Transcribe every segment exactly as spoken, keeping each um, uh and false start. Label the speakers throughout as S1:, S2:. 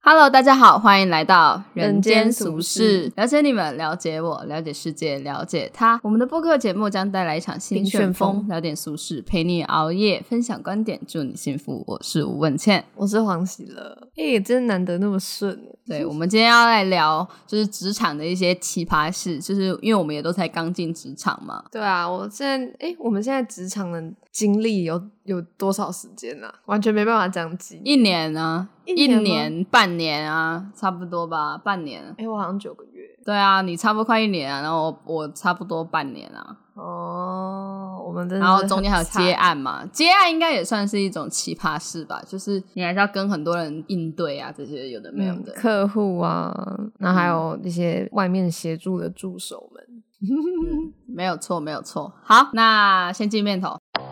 S1: Hello， 大家好，欢迎来到
S2: 人间俗世，
S1: 了解你们，了解我，了解世界，了解他。我们的播客节目将带来一场新旋风，聊点俗事，陪你熬夜，分享观点，祝你幸福。我是吴文倩，
S2: 我是黄喜乐。哎，真难得那么顺。
S1: 对，我们今天要来聊就是职场的一些奇葩事，就是因为我们也都才刚进职场嘛。
S2: 对啊，我现在哎，我们现在职场的经历有有多少时间啊？完全没办法讲几
S1: 一年啊，
S2: 一年,
S1: 一年半年啊，差不多吧，半年。
S2: 哎，我好像九个月。
S1: 对啊，你差不多快一年啊，然后 我, 我差不多半年啊。
S2: 哦，我们真的
S1: 然后中间还有接案嘛，接案应该也算是一种奇葩事吧，就是你还是要跟很多人应对啊，这些有的没有的、
S2: 嗯、客户啊，然后还有一些外面协助的助手们、
S1: 嗯、没有错没有错。好，那先进面头。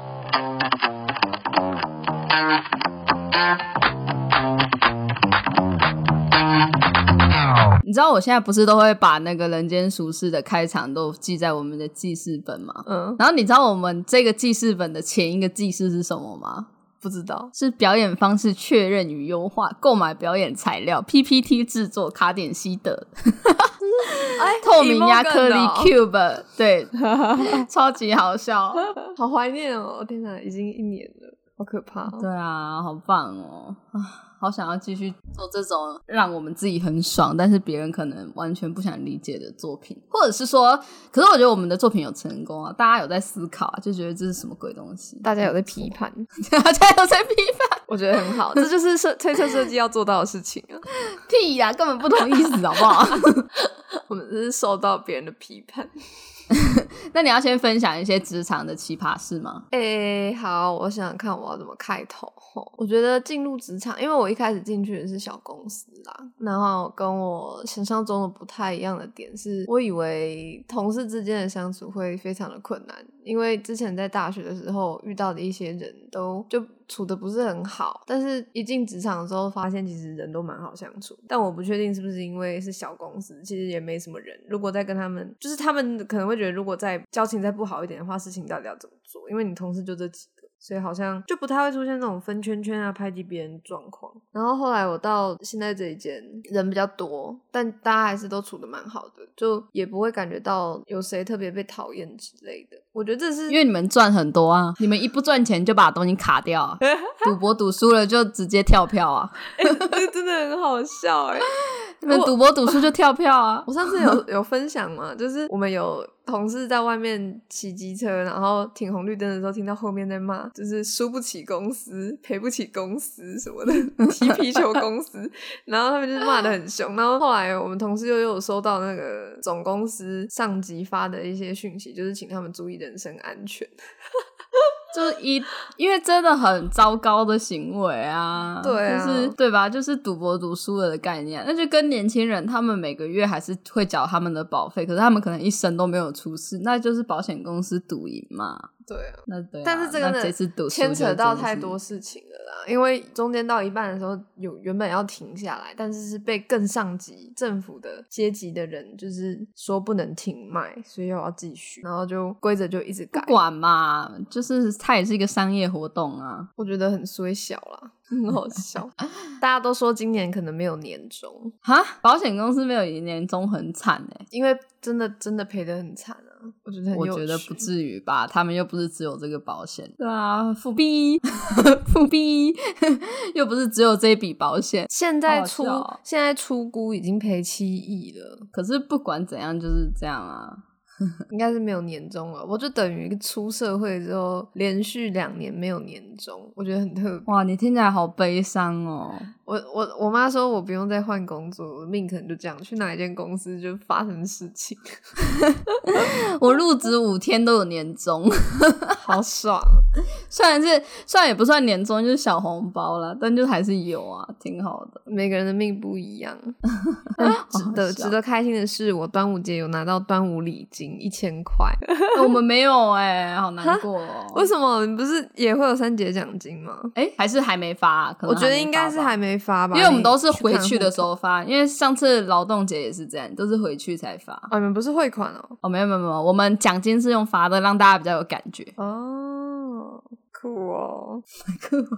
S1: 你知道我现在不是都会把那个人间俗世的开场都记在我们的记事本吗？嗯，然后你知道我们这个记事本的前一个记事是什么吗？
S2: 不知道，
S1: 是表演方式确认与优化，购买表演材料 P P T 制作，卡点西德透明亚克力 Cube、哦、对超级好笑
S2: 好怀念哦，天哪，已经一年了，好可怕、哦、
S1: 对啊，好棒哦，好想要继续做这种让我们自己很爽但是别人可能完全不想理解的作品，或者是说，可是我觉得我们的作品有成功啊，大家有在思考啊，就觉得这是什么鬼东西，
S2: 大家有在批判
S1: 大家有在批判，
S2: 我觉得很好，这就是设推测设计要做到的事情啊。
S1: 屁呀、啊，根本不同意思好不好
S2: 我们只是受到别人的批判
S1: 那你要先分享一些职场的奇葩事吗？
S2: 诶、欸，好，我想想看我要怎么开头。我觉得进入职场，因为我一开始进去的是小公司啦，然后跟我想象中的不太一样的点是，我以为同事之间的相处会非常的困难，因为之前在大学的时候遇到的一些人都就处得不是很好，但是一进职场的时候发现其实人都蛮好相处，但我不确定是不是因为是小公司，其实也没什么人，如果再跟他们，就是他们可能会觉得如果再交情再不好一点的话，事情到底要怎么做，因为你同事就这几个，所以好像就不太会出现那种分圈圈啊排挤别人的状况。然后后来我到现在这一间人比较多，但大家还是都处得蛮好的，就也不会感觉到有谁特别被讨厌之类的。我觉得这是
S1: 因为你们赚很多啊，你们一不赚钱就把东西卡掉啊赌博赌输了就直接跳票啊
S2: 欸、这真的很好笑欸
S1: 你们赌博赌输就跳票啊
S2: 我上次有有分享嘛，就是我们有同事在外面骑机车，然后停红绿灯的时候听到后面在骂，就是输不起公司赔不起公司什么的踢皮球公司然后他们就是骂得很凶，然后后来我们同事又有收到那个总公司上级发的一些讯息，就是请他们注意人身安全
S1: 就是一因为真的很糟糕的行为啊，
S2: 对啊，
S1: 就是对吧，就是赌博赌输了的概念，那就跟年轻人他们每个月还是会缴他们的保费，可是他们可能一生都没有出事，那就是保险公司赌赢嘛。
S2: 对啊，
S1: 那对啊，
S2: 但是这个呢牵扯到太多事情了啦，因为中间到一半的时候有原本要停下来，但是是被更上级政府的阶级的人就是说不能停卖，所以又要继续，然后就规则就一直改，
S1: 不管嘛，就是它也是一个商业活动啊，
S2: 我觉得很衰小啦，很好笑大家都说今年可能没有年终
S1: 哈，保险公司没有年终很惨欸，
S2: 因为真的真的赔得很惨啊，我觉得很有趣，
S1: 我觉得不至于吧，他们又不是只有这个保险，对啊，富逼富逼又不是只有这一笔保险，
S2: 现在出现在出估已经赔七亿了，
S1: 可是不管怎样就是这样啊
S2: 应该是没有年终了，我就等于出社会之后连续两年没有年终，我觉得很特别。
S1: 哇，你听起来好悲伤哦。
S2: 我我我妈说我不用再换工作，我的命可能就这样，去哪一间公司就发生事情
S1: 我入职五天都有年终
S2: 好爽
S1: 虽然是虽然也不算年终，就是小红包啦，但就还是有啊，挺好的。
S2: 每个人的命不一样值得值得开心的是我端午节有拿到端午礼金一千块
S1: 我们没有欸，好难过哦。
S2: 为什么？你不是也会有三节奖金吗？
S1: 诶还是还没发，可能还没发吧，
S2: 我觉得应该是还没发吧，
S1: 因为我们都是回去的时候发，因为上次劳动节也是这样，都是回去才发。
S2: 哦，你们不是汇款哦？
S1: 哦，没有没有没有，我们奖金是用发的，让大家比较有感觉。
S2: 哦，酷哦
S1: 酷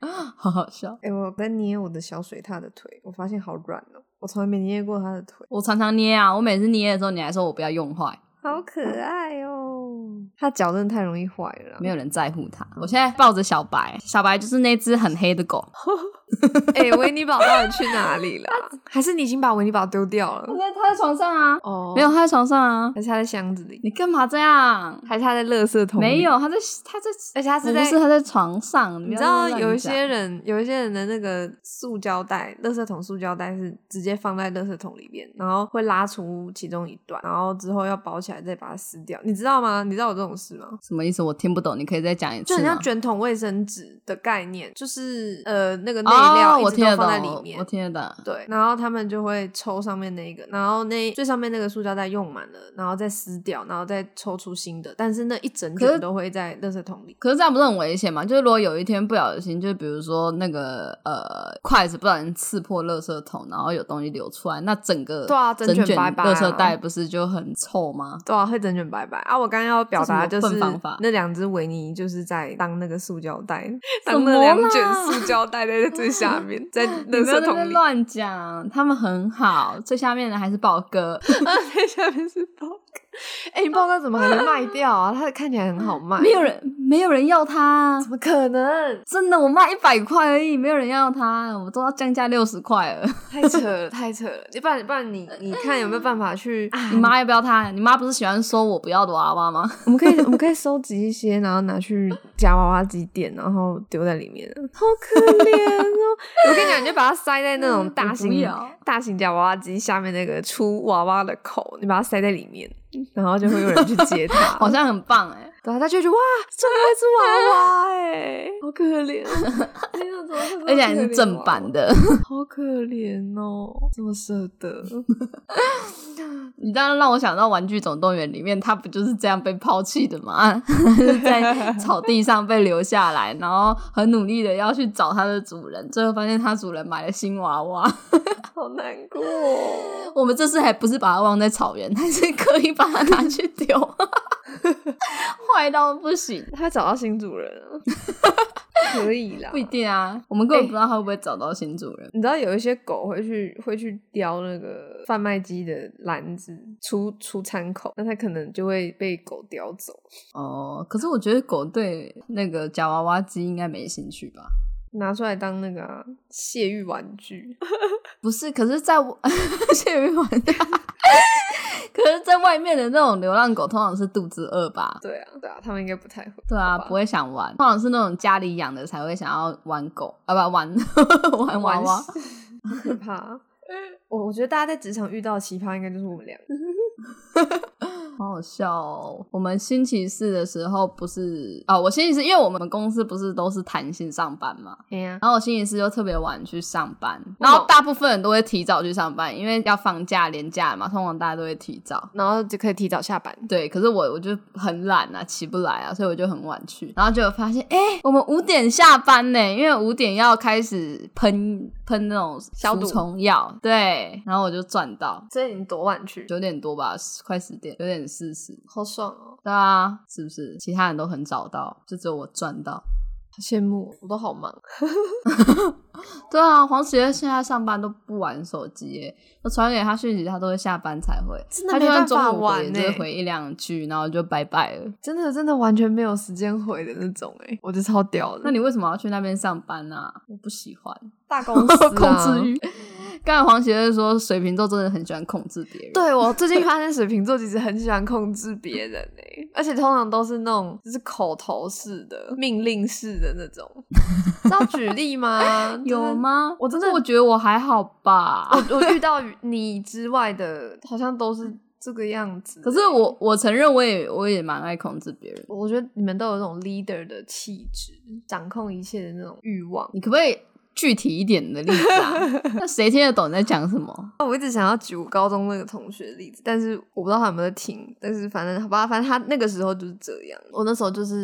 S1: 好好笑。
S2: 哎、欸，我在捏我的小水獭的腿，我发现好软哦，我从来没捏过它的腿。
S1: 我常常捏啊，我每次捏的时候你还说我不要用坏。
S2: 好可爱哦，它脚真的太容易坏了啦，
S1: 没有人在乎它。我现在抱着小白，小白就是那只很黑的狗。
S2: 哎、欸，维尼宝到底去哪里了？还是你已经把维尼宝丢掉了？
S1: 他在他在床上啊。哦，没有，他在床上啊。
S2: 还是他在箱子里？
S1: 你干嘛这样？
S2: 还是他在垃圾桶里？
S1: 没有，他在他在，而且他是在不是他在床上。
S2: 你知道有一些人，有一些人的那个塑胶袋，垃圾桶塑胶袋是直接放在垃圾桶里面，然后会拉出其中一段，然后之后要包起来再把它撕掉。你知道吗？你知道有这种事吗？
S1: 什么意思？我听不懂，你可以再讲一次吗？
S2: 就很像卷筒卫生纸的概念，就是呃那个内料一直都放在里面。
S1: 哦，我听得懂。
S2: 对，然后他们就会抽上面那一个，然后那最上面那个塑胶袋用满了，然后再撕掉，然后再抽出新的，但是那一整卷都会在垃圾桶里。
S1: 可是这样不是很危险吗？就是如果有一天不小心，就比如说那个呃筷子不小心刺破垃圾桶，然后有东西流出来，那整个
S2: 对啊，整卷拜拜
S1: 垃圾袋不是就很臭吗？
S2: 对啊，会整卷拜拜啊！我刚刚要表达就是那两只维尼就是在当那个塑胶袋，当那两卷塑胶袋在最下面，在垃圾桶里。
S1: 乱讲，他们很好，最下面的还是宝哥。
S2: 啊，最下面是宝哥。哎、欸，豹哥怎么还没卖掉啊？它看起来很好卖。
S1: 没有人，没有人要它，
S2: 怎么可能？
S1: 真的，我卖一百块而已，没有人要它，我都要降价六十块了。
S2: 太扯了，太扯了！不然，不然你你看有没有办法去？
S1: 你妈要不要它？你妈不是喜欢收我不要的娃娃吗？
S2: 我们可以，我们可以收集一些，然后拿去夹娃娃机店，然后丢在里面。好可怜哦！我跟你讲，你就把它塞在那种大型大型夹娃娃机下面那个出娃娃的口，你把它塞在里面。然后就会有人去接他，
S1: 好像很棒哎、欸。
S2: 然后他就觉得哇，终于会是娃娃哎、欸，好可怜，
S1: 而且还是正版的，
S2: 好可怜哦，这么舍得。
S1: 你当然让我想到《玩具总动员》里面，他不就是这样被抛弃的吗？在草地上被留下来，然后很努力的要去找他的主人，最后发现他主人买了新娃娃，
S2: 好难过哦。
S1: 我们这次还不是把它忘在草原，还是刻意把它拿去丢，坏到不行。
S2: 他找到新主人了。可以啦，
S1: 不一定啊，我们根本不知道他会不会找到新主人、欸、
S2: 你知道有一些狗会去会去叼那个贩卖机的篮子出出餐口，那它可能就会被狗叼走
S1: 哦。可是我觉得狗对那个夹娃娃机应该没兴趣吧，
S2: 拿出来当那个、啊、泄欲玩具。
S1: 不是，可是在泄欲玩具可是在外面的那种流浪狗通常是肚子饿吧？
S2: 对啊对啊，他们应该不太会。
S1: 对啊，不会想玩，通常是那种家里养的才会想要玩狗啊，不玩玩娃娃。
S2: 好可怕。我我觉得大家在职场遇到的奇葩应该就是我们俩。
S1: 好好笑哦！我们星期四的时候不是啊、哦，我星期四因为我们公司不是都是弹性上班嘛，
S2: 对啊，
S1: 然后我星期四就特别晚去上班，然后大部分人都会提早去上班，因为要放假连假嘛，通常大家都会提早，
S2: 然后就可以提早下班。
S1: 对，可是我我就很懒啊，起不来啊，所以我就很晚去，然后就发现，哎、欸，我们五点下班呢，因为五点要开始喷喷那种除虫药，对，然后我就赚到。
S2: 所以你多晚去？
S1: 九点多吧，快十点，九点四十，
S2: 好爽哦！
S1: 对啊，是不是？其他人都很早到，就只有我赚到，
S2: 好羡慕，我都好忙。
S1: 对啊，黄子悦现在上班都不玩手机耶，我传给他讯息，他都会下班才回，
S2: 真的没办法玩耶，
S1: 他就算中午回也就回一两句，然后就拜拜了。
S2: 真的真的完全没有时间回的那种哎，我觉得超屌的。
S1: 那你为什么要去那边上班啊？我不喜欢
S2: 大公司、啊、
S1: 控制欲。刚才黄姐说水瓶座真的很喜欢控制别人，
S2: 对，我最近发现水瓶座其实很喜欢控制别人耶，而且通常都是那种就是口头式的命令式的那种。知道举例吗？
S1: 有吗？
S2: 我真的
S1: 我觉得我还好吧，
S2: 我我遇到你之外的好像都是这个样子。
S1: 可是我我承认我也我也蛮爱控制别人，
S2: 我觉得你们都有那种 leader 的气质，掌控一切的那种欲望。
S1: 你可不可以具体一点的例子啊？那谁听得懂你在讲什么？
S2: 我一直想要举我高中那个同学的例子，但是我不知道他有没有在听。但是反正好吧，反正他那个时候就是这样。我那时候就是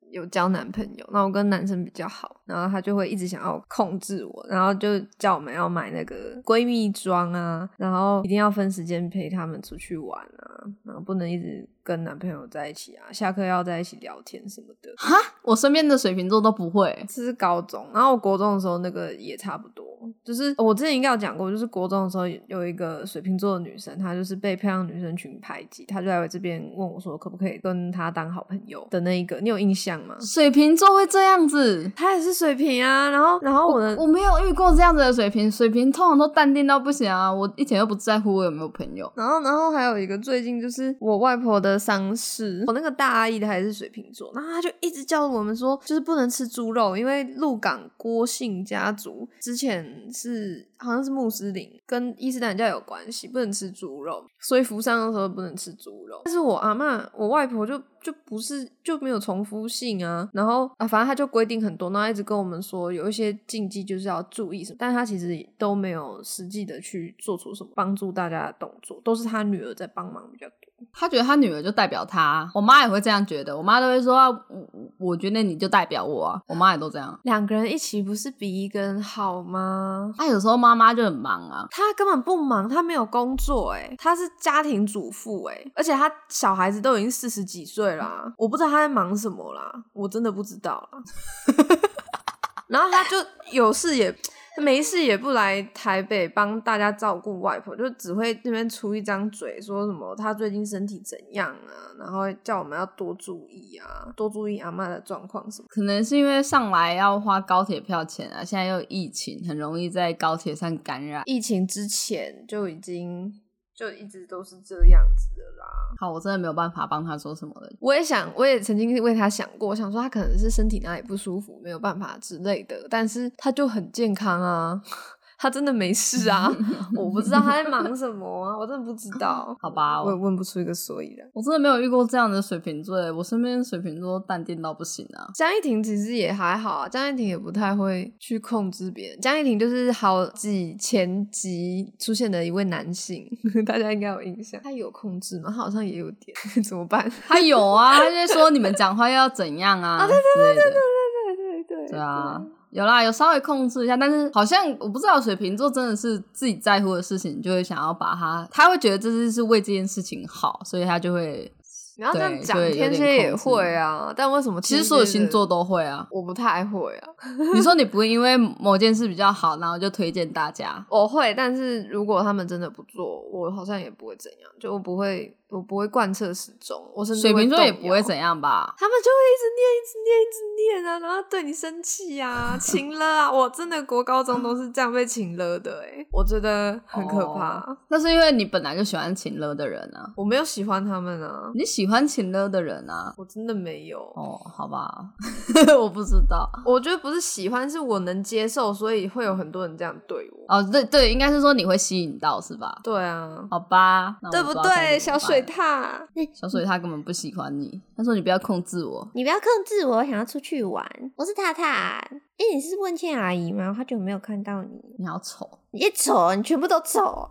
S2: 有交男朋友，那我跟男生比较好，然后他就会一直想要控制我，然后就叫我们要买那个闺蜜装啊，然后一定要分时间陪他们出去玩啊，然后不能一直跟男朋友在一起啊，下课要在一起聊天什么的。
S1: 哈，我身边的水瓶座都不会。
S2: 这是高中，然后我国中的时候那个也差不多，就是我之前应该有讲过，就是国中的时候有一个水瓶座的女生，她就是被漂亮女生群排挤，她就来我这边问我说可不可以跟她当好朋友的那一个，你有印象吗？
S1: 水瓶座会这样子？
S2: 她也是水瓶啊，然后然后我的
S1: 我, 我没有遇过这样子的水瓶，水瓶通常都淡定到不行啊，我一点都不在乎我有没有朋友。
S2: 然后然后还有一个最近就是我外婆的丧事，我那个大阿姨的还是水瓶座，然后她就一直教我们说就是不能吃猪肉，因为鹿港郭姓家族之前是好像是穆斯林，跟伊斯兰教有关系，不能吃猪肉，所以服丧的时候不能吃猪肉。但是我阿嬷我外婆就就不是就没有重复性啊，然后啊反正她就规定很多，然后一直跟我们说有一些禁忌就是要注意什么，但她其实都没有实际的去做出什么帮助大家的动作，都是她女儿在帮忙比较多。
S1: 他觉得他女儿就代表他，我妈也会这样觉得，我妈都会说、啊、我, 我觉得你就代表我啊，我妈也都这样。
S2: 两个人一起不是比一个人好吗？
S1: 他、啊、有时候妈妈就很忙啊，
S2: 他根本不忙，他没有工作耶，他是家庭主妇耶，而且他小孩子都已经四十几岁啦，我不知道他在忙什么啦，我真的不知道啦然后他就有事也没事也不来台北帮大家照顾外婆，就只会那边出一张嘴说什么他最近身体怎样啊，然后叫我们要多注意啊，多注意阿嬷的状况什么。
S1: 可能是因为上来要花高铁票钱啊，现在又有疫情，很容易在高铁上感染。
S2: 疫情之前就已经就一直都是这样子的啦。
S1: 好，我真的没有办法帮他说什么了。
S2: 我也想，我也曾经为他想过，我想说他可能是身体哪里不舒服，没有办法之类的，但是他就很健康啊。他真的没事啊我不知道他在忙什么啊，我真的不知道。
S1: 好吧，
S2: 我也问不出一个所以然。
S1: 我真的没有遇过这样的水瓶座，我身边水瓶座淡定到不行啊。
S2: 江一婷其实也还好啊，江一婷也不太会去控制别人。江一婷就是好几前集出现的一位男性大家应该有印象。他有控制吗？他好像也有点怎么办？
S1: 他有啊，他就说你们讲话要怎样啊
S2: 啊对对对对对
S1: 对
S2: 对对
S1: 对啊，有啦，有稍微控制一下，但是好像我不知道水瓶座真的是自己在乎的事情就会想要把它，他会觉得这是为这件事情好，所以他就会。
S2: 你要这样讲，天蝎也会啊，但为什么？
S1: 其实所有星座都会啊，
S2: 我不太会啊。
S1: 你说你不会因为某件事比较好，然后就推荐大家？
S2: 我会，但是如果他们真的不做，我好像也不会怎样，就我不会，我不会贯彻始终。我甚至
S1: 水瓶座也不会怎样吧？
S2: 他们就会一直念，一直念，一直念啊，然后对你生气啊，情勒啊。我真的国高中都是这样被情勒的、欸，哎，我觉得很可怕。
S1: 哦、那是因为你本来就喜欢情勒的人啊，
S2: 我没有喜欢他们啊，
S1: 你喜欢情勒的人啊，
S2: 我真的没有。
S1: 哦，好吧，我不知道。
S2: 我觉得不是喜欢，是我能接受，所以会有很多人这样对我。
S1: 哦，对对，应该是说你会吸引到是吧？
S2: 对啊，
S1: 好吧，
S2: 对不对？小水獭，
S1: 小水獭根本不喜欢你，他说你不要控制我，
S3: 你不要控制我，我想要出去玩。我是塔塔，哎，你是问倩阿姨吗？好久没有看到你，
S1: 你好丑，
S3: 你也丑，你全部都丑。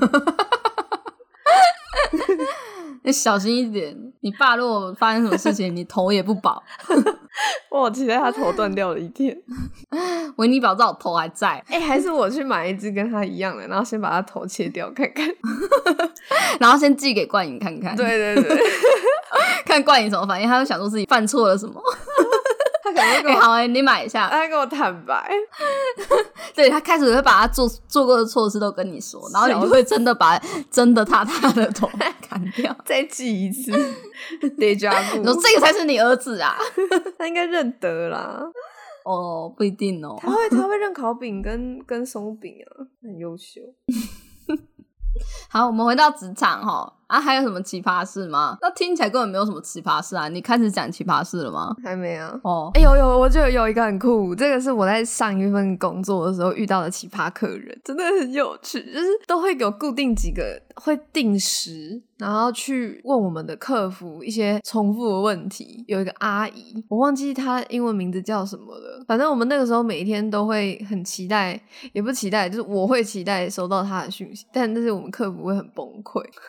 S1: 你小心一点，你爸如果发生什么事情，你头也不保。
S2: 我好期待他头断掉的一天。
S1: 维尼宝在我头还在，
S2: 哎、欸，还是我去买一只跟他一样的，然后先把他头切掉看看，
S1: 然后先寄给冠颖看看。
S2: 对对对，
S1: 看冠颖什么反应，他会想说自己犯错了什么。
S2: 他可能会跟我、
S1: 欸、好哎、欸，你买一下，
S2: 他跟我坦白。
S1: 对，他开始会把他做做过的错事都跟你说，然后你就会真的把真的他他的头砍掉，
S2: 再记一次。Deja vu，
S1: 你说这个才是你儿子啊？
S2: 他应该认得啦。
S1: 哦，不一定哦。
S2: 他会他会认烤饼跟跟松饼啊，很优秀。
S1: 好，我们回到职场齁啊，还有什么奇葩事吗？那听起来根本没有什么奇葩事啊！你开始讲奇葩事了吗？
S2: 还没啊。
S1: 哦，
S2: 哎、欸、有有，我就有一个很酷，这个是我在上一份工作的时候遇到的奇葩客人，真的很有趣，就是都会有固定几个会定时，然后去问我们的客服一些重复的问题。有一个阿姨，我忘记她英文名字叫什么了，反正我们那个时候每一天都会很期待，也不期待，就是我会期待收到她的讯息，但但是我们客服会很崩溃。然后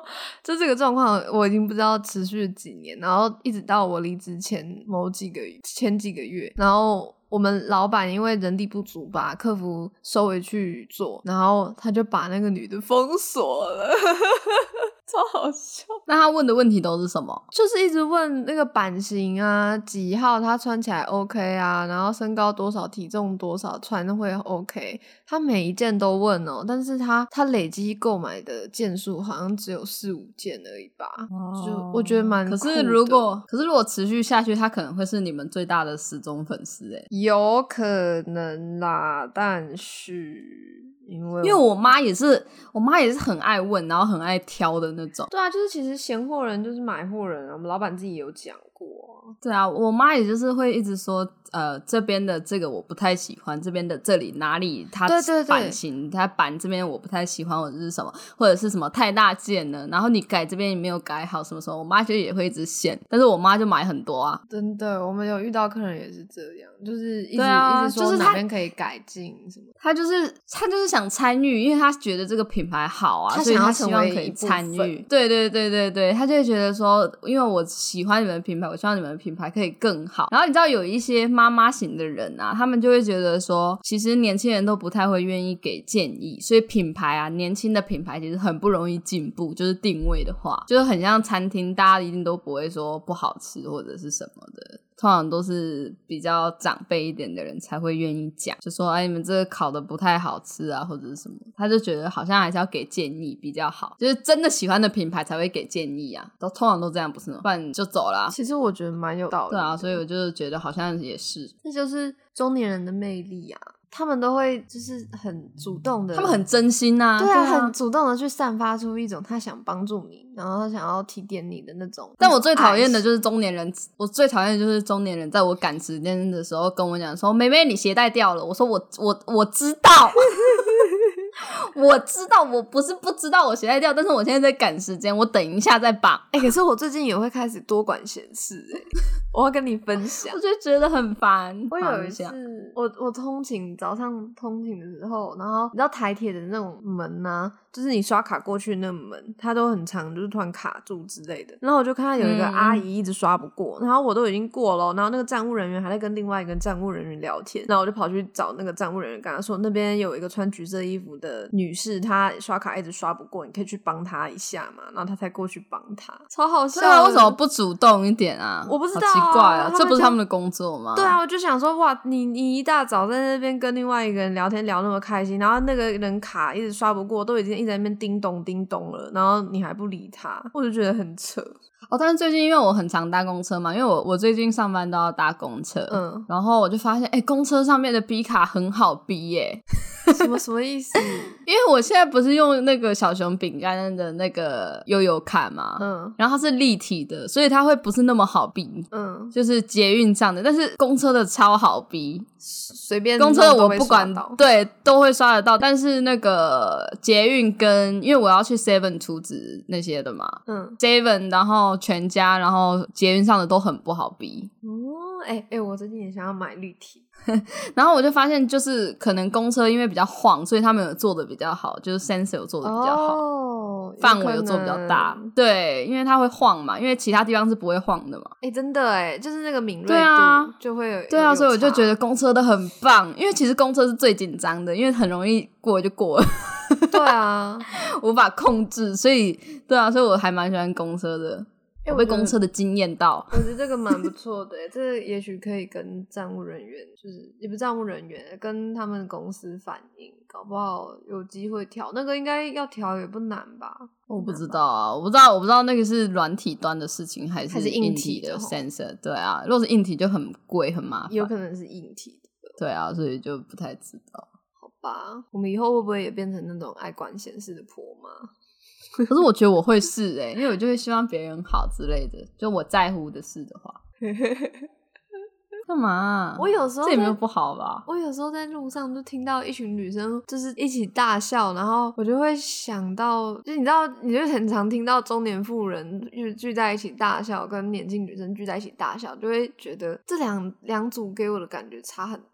S2: 就这个状况我已经不知道持续了几年，然后一直到我离职前某几个前几个月，然后我们老板因为人力不足把客服收回去做，然后他就把那个女的封锁了超好笑。
S1: 那他问的问题都是什么？
S2: 就是一直问那个版型啊，几号他穿起来 OK 啊，然后身高多少，体重多少，穿会 OK。他每一件都问哦，但是他他累积购买的件数好像只有四五件而已吧。哦、就我觉得蛮酷的。
S1: 可是如果可是如果持续下去，他可能会是你们最大的死忠粉丝哎。
S2: 有可能啦，但是。因为
S1: 因为我妈也是，我妈也是很爱问，然后很爱挑的那种。
S2: 对啊，就是其实闲货人就是买货人啊，我们老板自己也有讲过啊。
S1: 对啊，我妈也就是会一直说，呃，这边的这个我不太喜欢，这边的这里哪里它版型，它版这边我不太喜欢，或者是什么，或者是什么太大件了，然后你改这边也没有改好，什么什么，我妈就也会一直嫌，但是我妈就买很多啊。
S2: 真的，我们有遇到客人也是这样，就是一直、
S1: 啊、
S2: 一直说哪边可以改进什么。
S1: 他就是他就是想参与，因为他觉得这个品牌好啊，所以他希望可以参与。对对对对对，他就会觉得说，因为我喜欢你们的品牌，我希望你们的品牌可以更好。然后你知道有一些妈妈型的人啊，他们就会觉得说，其实年轻人都不太会愿意给建议，所以品牌啊，年轻的品牌其实很不容易进步。就是定位的话，就是很像餐厅，大家一定都不会说不好吃或者是什么的。通常都是比较长辈一点的人才会愿意讲，就说哎，你们这个烤的不太好吃啊，或者是什么，他就觉得好像还是要给建议比较好，就是真的喜欢的品牌才会给建议啊，都通常都这样不是吗？不然就走啦。
S2: 其实我觉得蛮有道理的。
S1: 对啊，所以我就觉得好像也是，
S2: 这就是中年人的魅力啊。他们都会就是很主动的，
S1: 他们很真心啊，
S2: 对啊，
S1: 对啊，
S2: 很主动的去散发出一种他想帮助你，然后他想要提点你的那种。
S1: 但我最讨厌的就是中年人，我最讨厌的就是中年人在我赶时间的时候跟我讲说：“妹妹，你鞋带掉了。”我说我：“我我我知道。”我知道，我不是不知道我鞋带掉，但是我现在在赶时间，我等一下再绑。
S2: 哎、欸，可是我最近也会开始多管闲事哎、欸，我要跟你分享。
S1: 我就觉得很烦。
S2: 我有一次，我我通勤早上通勤的时候，然后你知道台铁的那种门啊，就是你刷卡过去那个门，它都很长，就是突然卡住之类的。然后我就看到有一个阿姨一直刷不过，嗯、然后我都已经过了，然后那个站务人员还在跟另外一个站务人员聊天，然后我就跑去找那个站务人员，跟他说那边有一个穿橘色衣服的女士，她刷卡一直刷不过，你可以去帮她一下嘛。然后他才过去帮她，超好笑的。
S1: 对啊，为什么不主动一点啊？
S2: 我不知道、啊，
S1: 好奇怪啊，这不是他们的工作吗？
S2: 对啊，我就想说，哇，你你一大早在那边跟另外一个人聊天聊那么开心，然后那个人卡一直刷不过，都已经一直在那边叮咚叮咚了，然后你还不理他，我就觉得很扯。
S1: 哦，但是最近因为我很常搭公车嘛，因为我我最近上班都要搭公车，嗯，然后我就发现，哎、欸，公车上面的B卡很好逼耶、
S2: 欸，什么什么意思？
S1: 因为我现在不是用那个小熊饼干的那个悠游卡嘛，嗯，然后它是立体的，所以它会不是那么好逼，嗯，就是捷运上的，但是公车的超好逼，
S2: 随便
S1: 公车我不管，对，都会刷得到，但是那个捷运跟因为我要去 Seven 储值那些的嘛，嗯 ，Seven 然后全家，然后捷运上的都很不好逼。
S2: 哦，哎、欸、哎、欸，我最近也想要买绿体，
S1: 然后我就发现，就是可能公车因为比较晃，所以他们有做的比较好，就是 sensor 有做的比较好，哦，范围有做比较大。对，因为它会晃嘛，因为其他地方是不会晃的嘛。
S2: 哎、欸，真的哎，就是那个敏锐度就会有，
S1: 对啊，所以我就觉得公车的很棒，因为其实公车是最紧张的，因为很容易过就过了。
S2: 对啊，
S1: 无法控制，所以对啊，所以我还蛮喜欢公车的。我被公车的惊艳到，
S2: 我觉得这个蛮不错的，这个也许可以跟站务人员，就是也不是站务人员，跟他们公司反映，搞不好有机会调。那个应该要调也不难吧？
S1: 我不知道啊，我不知道，我不知道那个是软体端的事情还是
S2: 还是
S1: 硬
S2: 体
S1: 的 sensor。对啊，如果是硬体就很贵很麻烦，
S2: 有可能是硬体的。
S1: 对啊，所以就不太知道。
S2: 好吧，我们以后会不会也变成那种爱管闲事的婆妈？
S1: 可是我觉得我会是欸，因为我就会希望别人好之类的，就我在乎的事的话。干嘛啊？
S2: 我有时候
S1: 这也没有不好吧？
S2: 我有时候在路上就听到一群女生就是一起大笑，然后我就会想到，就你知道，你就很常听到中年妇人聚聚在一起大笑，跟年轻女生聚在一起大笑，就会觉得这两两组给我的感觉差很多。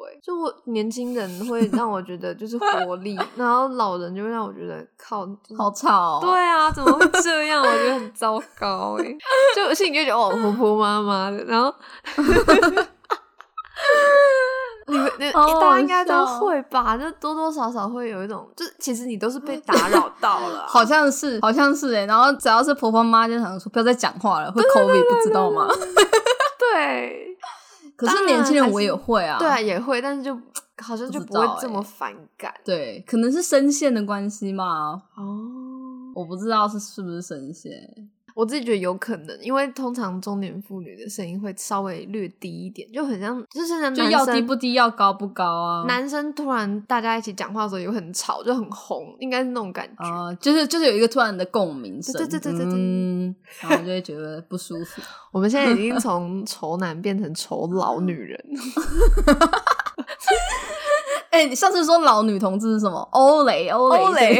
S2: 哎，就我年轻人会让我觉得就是活力，然后老人就会让我觉得靠，就是、
S1: 好吵、哦。
S2: 对啊，怎么会这样？我觉得很糟糕哎，就我心里就觉得哦，婆婆妈妈的，然后。你们你、oh, 大家应该都会吧，就多多少少会有一种，就是其实你都是被打扰到了、啊，
S1: 好像是，好像是哎、欸。然后只要是婆婆妈就想说不要再讲话了，会 COVID 不知道吗？
S2: 对，
S1: 可是年轻人我也会啊，
S2: 对啊也会，但是就好像就不会这么反感。
S1: 欸、对，可能是声线的关系嘛。
S2: 哦，
S1: 我不知道是是不是声线。
S2: 我自己觉得有可能，因为通常中年妇女的声音会稍微略低一点，就很像，就是像男生
S1: 就要低不低，要高不高啊。
S2: 男生突然大家一起讲话的时候也很吵，就很红，应该是那种感觉。
S1: 啊、呃，就是就是有一个突然的共鸣声，
S2: 对对对对对对，
S1: 嗯，然后就会觉得不舒服。
S2: 我们现在已经从丑男变成丑老女人。
S1: 哎、欸，你上次说老女同志是什么？欧蕾，欧蕾，
S2: 欧蕾。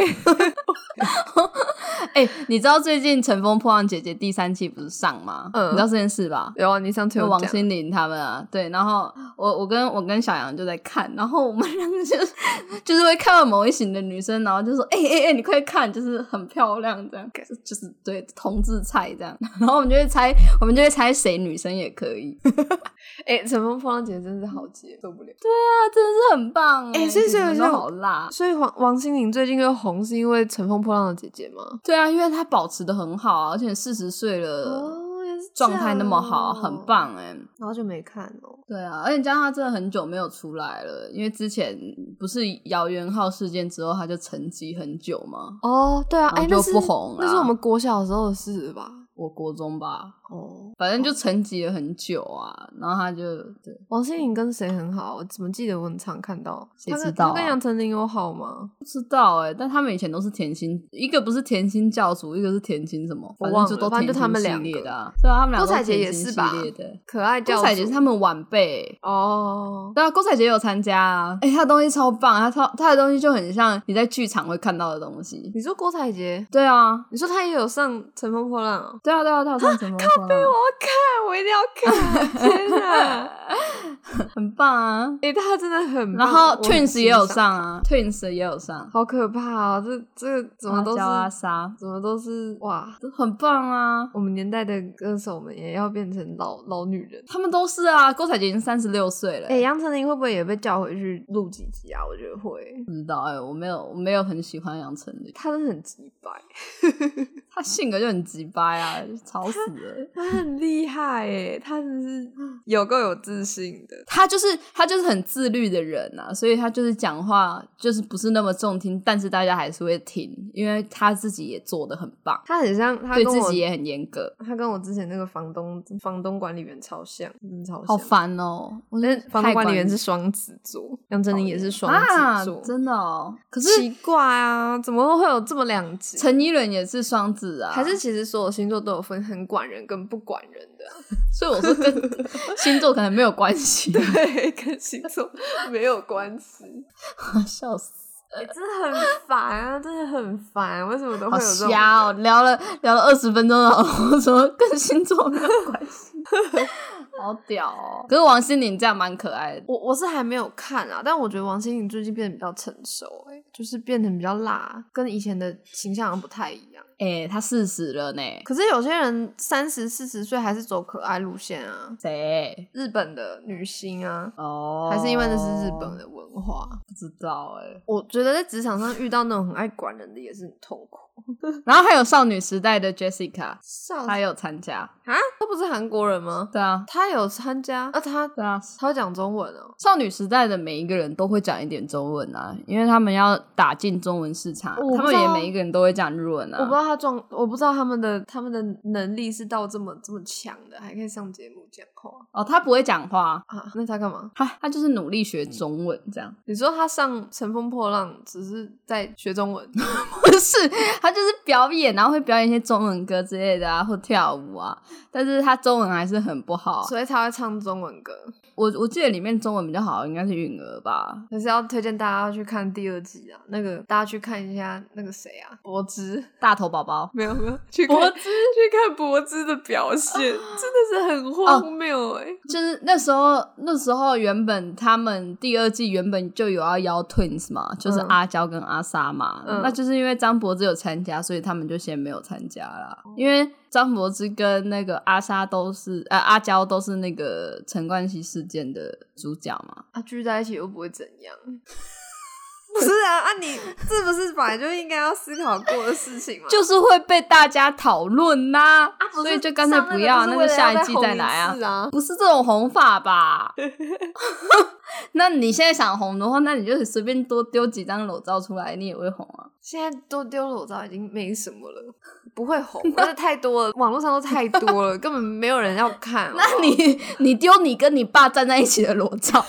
S1: 哎、欸，你知道最近《乘风破浪姐姐》第三期不是上吗？嗯，你知道这件事吧？
S2: 有啊，你上次有
S1: 讲王心凌他们啊，对，然后我我跟我跟小杨就在看，然后我们两个就就是会看到某一型的女生，然后就说：“哎哎哎，你快看，就是很漂亮，这样，就是对同志菜这样。”然后我们就会猜，我们就会猜谁女生也可以。
S2: 哎、欸，乘风破浪姐姐真是好接受不了。
S1: 对啊，真的是很棒哎、欸，
S2: 所以所以
S1: 都好辣。
S2: 所以王王心凌最近又红，是因为《乘风破浪的姐姐》吗？
S1: 对啊，因为她保持得很好啊，而且四十岁了，
S2: 哦，也是
S1: 状态那么好，很棒哎、欸。
S2: 然后就没看哦。
S1: 对啊，而且加上她真的很久没有出来了，因为之前不是姚元浩事件之后，她就沉寂很久嘛。
S2: 哦，对啊，哎，
S1: 就不红了、
S2: 那是我们国小的时候的事吧？
S1: 我国中吧，
S2: 哦，
S1: 反正就沉寂了很久啊，然后他就对
S2: 王心凌跟谁很好？我怎么记得我很常看到？
S1: 谁知道、啊？
S2: 他跟杨丞琳有好吗？
S1: 不知道哎、欸，但他们以前都是甜心，一个不是甜心教主，一个是甜心什么，反正就都甜心系列的、啊。对啊，他们俩
S2: 郭采洁也是吧？可爱教主，
S1: 郭采洁是他们晚辈、欸、
S2: 哦。
S1: 对啊，郭采洁有参加啊，哎、欸，他的东西超棒，他超他的东西就很像你在剧场会看到的东西。
S2: 你说郭采洁？
S1: 对啊，
S2: 你说他也有上《乘风破浪》哦？
S1: 对啊，对啊，他有上《乘风破浪》。
S2: 靠背，我要看，我一定要看！天哪，
S1: 很棒啊！
S2: 哎、欸，他真的很棒。
S1: 然后 Twins 也有上啊 ，Twins 也有上，
S2: 好可怕哦！这这怎么都是
S1: 阿莎，
S2: 怎么都是哇，
S1: 都很棒啊！
S2: 我们年代的歌手们也要变成老老女人，
S1: 他们都是啊。郭采洁已经三十六岁了、欸。
S2: 哎、欸，杨丞琳会不会也被叫回去录几集啊？我觉得会。
S1: 不知道哎、欸，我没有，我没有很喜欢杨丞琳，
S2: 他真的很直白，
S1: 他性格就很直白啊，吵死了。
S2: 他很厉害哎，他真是有够有自信的。
S1: 他就是他就是很自律的人啊，所以他就是讲话就是不是那么中听，但是大家还是会听，因为他自己也做得很棒。
S2: 他很像，他
S1: 对自己也很严格。
S2: 他跟我之前那个房东房东管理员超像，真的超像。
S1: 好烦哦！我
S2: 觉得房东管理员是双子座，杨丞琳也是双子座、
S1: 啊，真的哦。可是
S2: 奇怪啊，怎么会有这么两极？
S1: 陈依伦也是双子啊，
S2: 还是其实所有星座都有分很管人跟不管人的、啊？
S1: 所以我说跟星座可能没有关系，
S2: 对，跟星座没有关系。
S1: 笑死！
S2: 欸、真的很烦啊，真的很烦，为什么都会有这种？
S1: 好瞎哦，聊了聊了二十分钟了，我说跟星座没有关系。好屌哦！可是王心凌这样蛮可爱的。
S2: 我我是还没有看啊，但我觉得王心凌最近变得比较成熟、欸，就是变得比较辣，跟以前的形象不太一样。
S1: 哎、欸，她四十了呢。
S2: 可是有些人三十四十岁还是走可爱路线啊。
S1: 谁？
S2: 日本的女星啊。
S1: 哦，
S2: 还是因为那是日本的文化？
S1: 不知道哎、欸。
S2: 我觉得在职场上遇到那种很爱管人的也是很痛苦。
S1: 然后还有少女时代的 Jessica， 她有参加
S2: 啊？她不是韩国人吗？
S1: 对啊，
S2: 她有参加啊？她
S1: 对啊，
S2: 她会讲中文哦。
S1: 少女时代的每一个人都会讲一点中文啊，因为他们要打进中文市场，他们也每一个人都会讲日文啊。
S2: 我不知道他状，我不知道他们的他们的能力是到这么这么强的，还可以上节目讲话。
S1: 哦，他不会讲话
S2: 啊？那他干嘛？
S1: 他他就是努力学中文这样。
S2: 你说他上《乘风破浪》只是在学中文？
S1: 不是，他就是表演，然后会表演一些中文歌之类的啊，或跳舞啊。但是他中文还是很不好，
S2: 所以他会唱中文歌。
S1: 我我记得里面中文比较好，应该是允儿吧。
S2: 可是要推荐大家去看第二季啊，那个大家去看一下那个谁啊，柏芝
S1: 大头宝宝？
S2: 没有没有，去看
S1: 柏芝
S2: 去看柏芝的表现，真的是很荒谬哎、欸。
S1: 就是那时候，那时候原本他们第二季原本就有要邀 Twins 嘛，就是阿娇跟阿莎嘛，嗯、那就是因为张柏芝有参加，所以他们就先没有参加啦。嗯、因为张柏芝跟那个阿莎都是，呃，阿娇都是那个陈冠希事件的主角嘛，
S2: 啊，聚在一起又不会怎样。不是啊，啊你这不是本来就应该要思考过的事情吗？
S1: 就是会被大家讨论呐，啊，所以就干脆不要，那就下一季再来啊。
S2: 啊
S1: 不是这种红法吧？那你现在想红的话，那你就随便多丢几张裸照出来，你也会红啊。
S2: 现在多丢裸照已经没什么了，不会红，但是太多了，网络上都太多了，根本没有人要看。
S1: 那你你丢你跟你爸站在一起的裸照，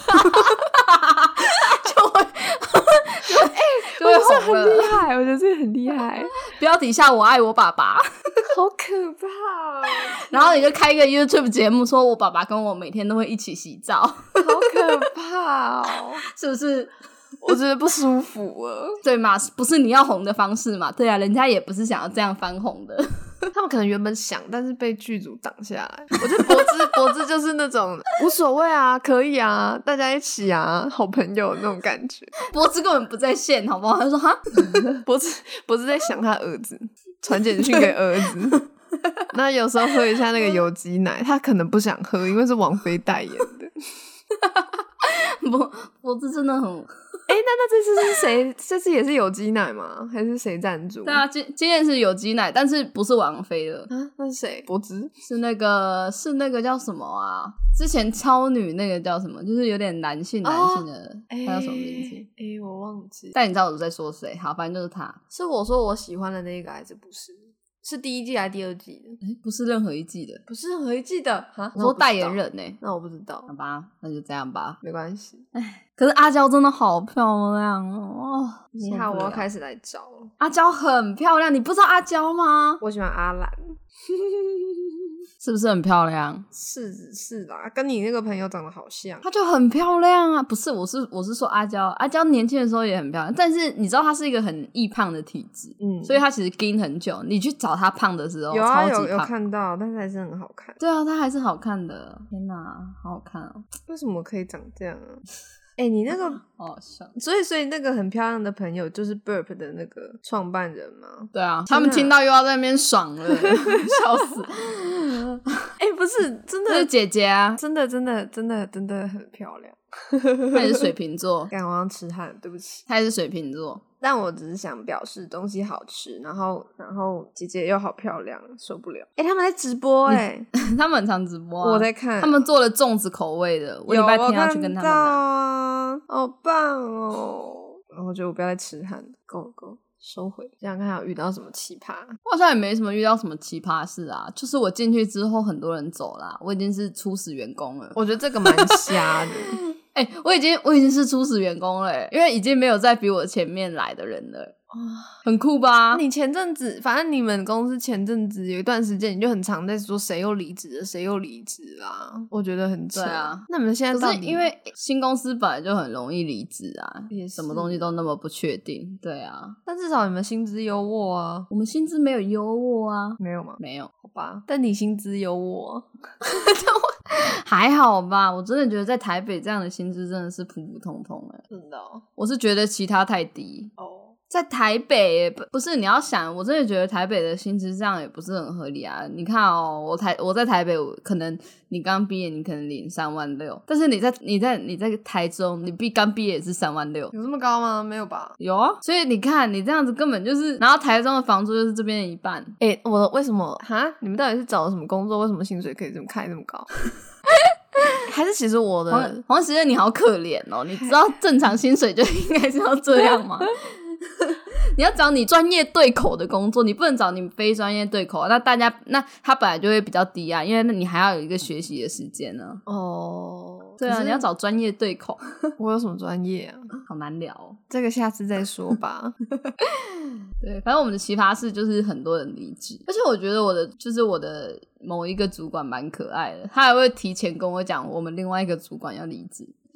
S1: 就会就会、欸、就会红了，
S2: 很厉害，我觉得这个很厉害。
S1: 标题下我爱我爸爸，
S2: 好可怕哦！
S1: 然后你就开一个 YouTube 节目，说我爸爸跟我每天都会一起洗澡，好
S2: 可怕哦！
S1: 是不是？
S2: 我觉得不舒服了，
S1: 对嘛？不是你要红的方式嘛？对啊，人家也不是想要这样翻红的，
S2: 他们可能原本想，但是被剧组挡下来。我觉得柏芝柏芝就是那种无所谓啊，可以啊，大家一起啊，好朋友那种感觉。
S1: 柏芝根本不在线，好不好？他说哈，
S2: 柏芝柏芝在想他儿子，传简讯给儿子。那有时候喝一下那个有机奶，他可能不想喝，因为是王菲代言的。
S1: 柏柏芝真的很。
S2: 哎、欸，那那这次是谁？这次也是有机奶吗？还是谁赞助？
S1: 对啊，今今天是有机奶，但是不是王菲的
S2: 啊？那是谁？柏芝
S1: 是那个是那个叫什么啊？之前超女那个叫什么？就是有点男性男性的，哦、他叫什么名字？
S2: 哎、欸，我忘记。
S1: 但你知道我在说谁？好，反正就是他。
S2: 是我说我喜欢的那个，还是不是？是第一季还是第二季的？
S1: 欸、不是任何一季的，
S2: 不是任何一季的哈。
S1: 我说代言人呢、欸，
S2: 那我不知道。
S1: 好吧，那就这样吧，
S2: 没关系。
S1: 哎，可是阿娇真的好漂亮哦！
S2: 你好，我要开始来找了。
S1: 阿娇很漂亮，你不知道阿娇吗？
S2: 我喜欢阿兰。
S1: 是不是很漂亮？
S2: 是是啦，跟你那个朋友长得好像。
S1: 她就很漂亮啊！不是，我是我是说阿娇，阿娇年轻的时候也很漂亮，但是你知道她是一个很易胖的体质，嗯，所以她其实 gain 很久。你去找她胖的时候，
S2: 有啊，
S1: 超级胖
S2: 有有看到，但是还是很好看。
S1: 对啊，她还是好看的。天哪，好好看哦！
S2: 为什么可以长这样啊？哎、欸，你那个
S1: 好好笑，
S2: 所以所以那个很漂亮的朋友就是 Burp 的那个创办人吗？
S1: 对啊，他们听到又要在那边爽了，笑死！
S2: 哎、欸，不是真的，
S1: 是姐姐啊，
S2: 真的真的真的真的很漂亮。
S1: 她也是水瓶座，
S2: 干我要吃汗，对不起。
S1: 她也是水瓶座，
S2: 但我只是想表示东西好吃，然后然后姐姐又好漂亮，受不了。哎、欸，他们在直播哎、欸，
S1: 他们很常直播、啊，
S2: 我在看，
S1: 他们做了粽子口味的，我礼拜天要去跟他们拿，
S2: 啊，好棒哦！然后我觉得我不要再吃汗了，够了够了。收回，想想看还有遇到什么奇葩？
S1: 我好像也没什么遇到什么奇葩事啊，就是我进去之后很多人走啦，我已经是初始员工了。
S2: 我觉得这个蛮瞎的。
S1: 哎、欸，我已经我已经是初始员工了，因为已经没有再比我前面来的人了。很酷吧？
S2: 你前阵子，反正你们公司前阵子有一段时间，你就很常在说谁又离职了，谁又离职啦。我觉得很扯。
S1: 对啊，
S2: 那你们现在到底？
S1: 可是因为新公司本来就很容易离职啊，什么东西都那么不确定。对啊，
S2: 但至少你们薪资优渥啊。
S1: 我们薪资没有优渥啊，
S2: 没有吗？
S1: 没有，
S2: 好吧。但你薪资优渥，
S1: 还好吧？我真的觉得在台北这样的薪资真的是普普通通哎、欸，
S2: 真的、哦。
S1: 我是觉得其他太低
S2: 哦。
S1: 在台北不不是你要想，我真的觉得台北的薪资这样也不是很合理啊！你看哦，我台我在台北，我可能你刚毕业，你可能领三万六，但是你在你在你在台中，你毕刚毕业也是三万六，
S2: 有这么高吗？没有吧？
S1: 有啊，所以你看你这样子根本就是，然后台中的房租就是这边的一半。
S2: 哎、欸，我为什么哈？你们到底是找了什么工作？为什么薪水可以这么开这么高？还是其实我的
S1: 黄黄时间你好可怜哦，你知道正常薪水就应该是要这样吗？你要找你专业对口的工作，你不能找你非专业对口，那大家那他本来就会比较低啊，因为那你还要有一个学习的时间呢。
S2: 哦，
S1: 对啊，你要找专业对口。
S2: 我有什么专业啊？
S1: 好难聊哦，
S2: 这个下次再说吧。
S1: 对，反正我们的奇葩事就是很多人离职，而且我觉得我的就是我的某一个主管蛮可爱的，他还会提前跟我讲我们另外一个主管要离职。